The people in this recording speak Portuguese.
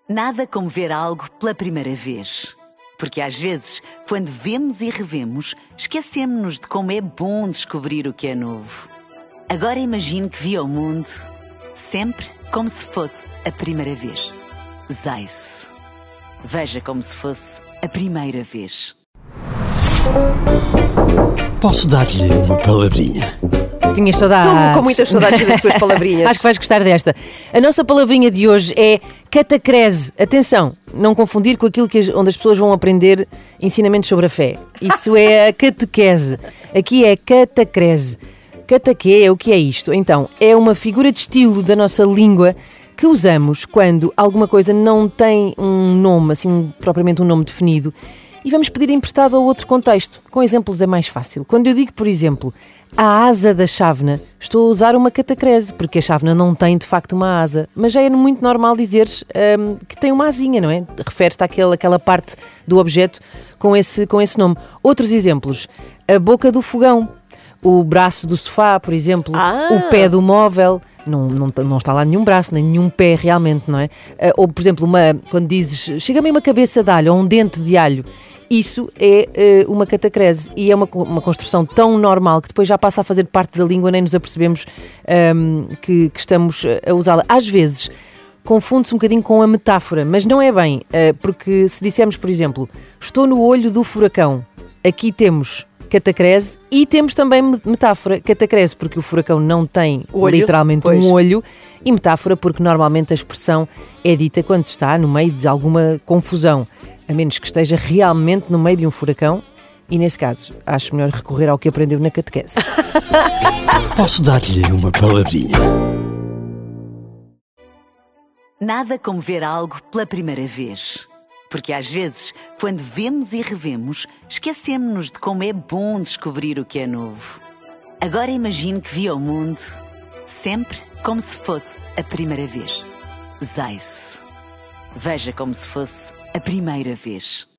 Nada como ver algo pela primeira vez. Porque às vezes, quando vemos e revemos, esquecemos-nos de como é bom descobrir o que é novo. Agora imagine que viu o mundo sempre como se fosse a primeira vez. Zais. Veja como se fosse a primeira vez. Posso dar-lhe uma palavrinha? Tinhas saudades. Estou com muitas saudades das tuas palavrinhas. Acho que vais gostar desta. A nossa palavrinha de hoje é catacrese. Atenção, não confundir com aquilo onde as pessoas vão aprender ensinamentos sobre a fé. Isso é a catequese. Aqui é catacrese. Cataquê, o que é isto? Então, é uma figura de estilo da nossa língua que usamos quando alguma coisa não tem um nome, assim, propriamente um nome definido, e vamos pedir emprestado a outro contexto. Com exemplos é mais fácil. Quando eu digo, por exemplo, a asa da chávena, estou a usar uma catacrese, porque a chávena não tem de facto uma asa, mas já é muito normal dizeres que tem uma asinha, não é? Refere-se àquela parte do objeto com esse nome. Outros exemplos, a boca do fogão, o braço do sofá, por exemplo, o pé do móvel. Não está lá nenhum braço, nem nenhum pé realmente, não é? Ou, por exemplo, quando dizes, chega-me uma cabeça de alho ou um dente de alho, isso é uma catacrese e é uma construção tão normal que depois já passa a fazer parte da língua, nem nos apercebemos que estamos a usá-la. Às vezes confunde-se um bocadinho com a metáfora, mas não é bem, porque se dissermos, por exemplo, estou no olho do furacão, aqui temos catacrese e temos também metáfora. Catacrese porque o furacão não tem literalmente um olho, e metáfora porque normalmente a expressão é dita quando se está no meio de alguma confusão, a menos que esteja realmente no meio de um furacão, e nesse caso acho melhor recorrer ao que aprendeu na catequese. Posso dar-lhe uma palavrinha? Nada como ver algo pela primeira vez. Porque às vezes, quando vemos e revemos, esquecemos-nos de como é bom descobrir o que é novo. Agora imagine que viu o mundo sempre como se fosse a primeira vez. Zais. Veja como se fosse a primeira vez.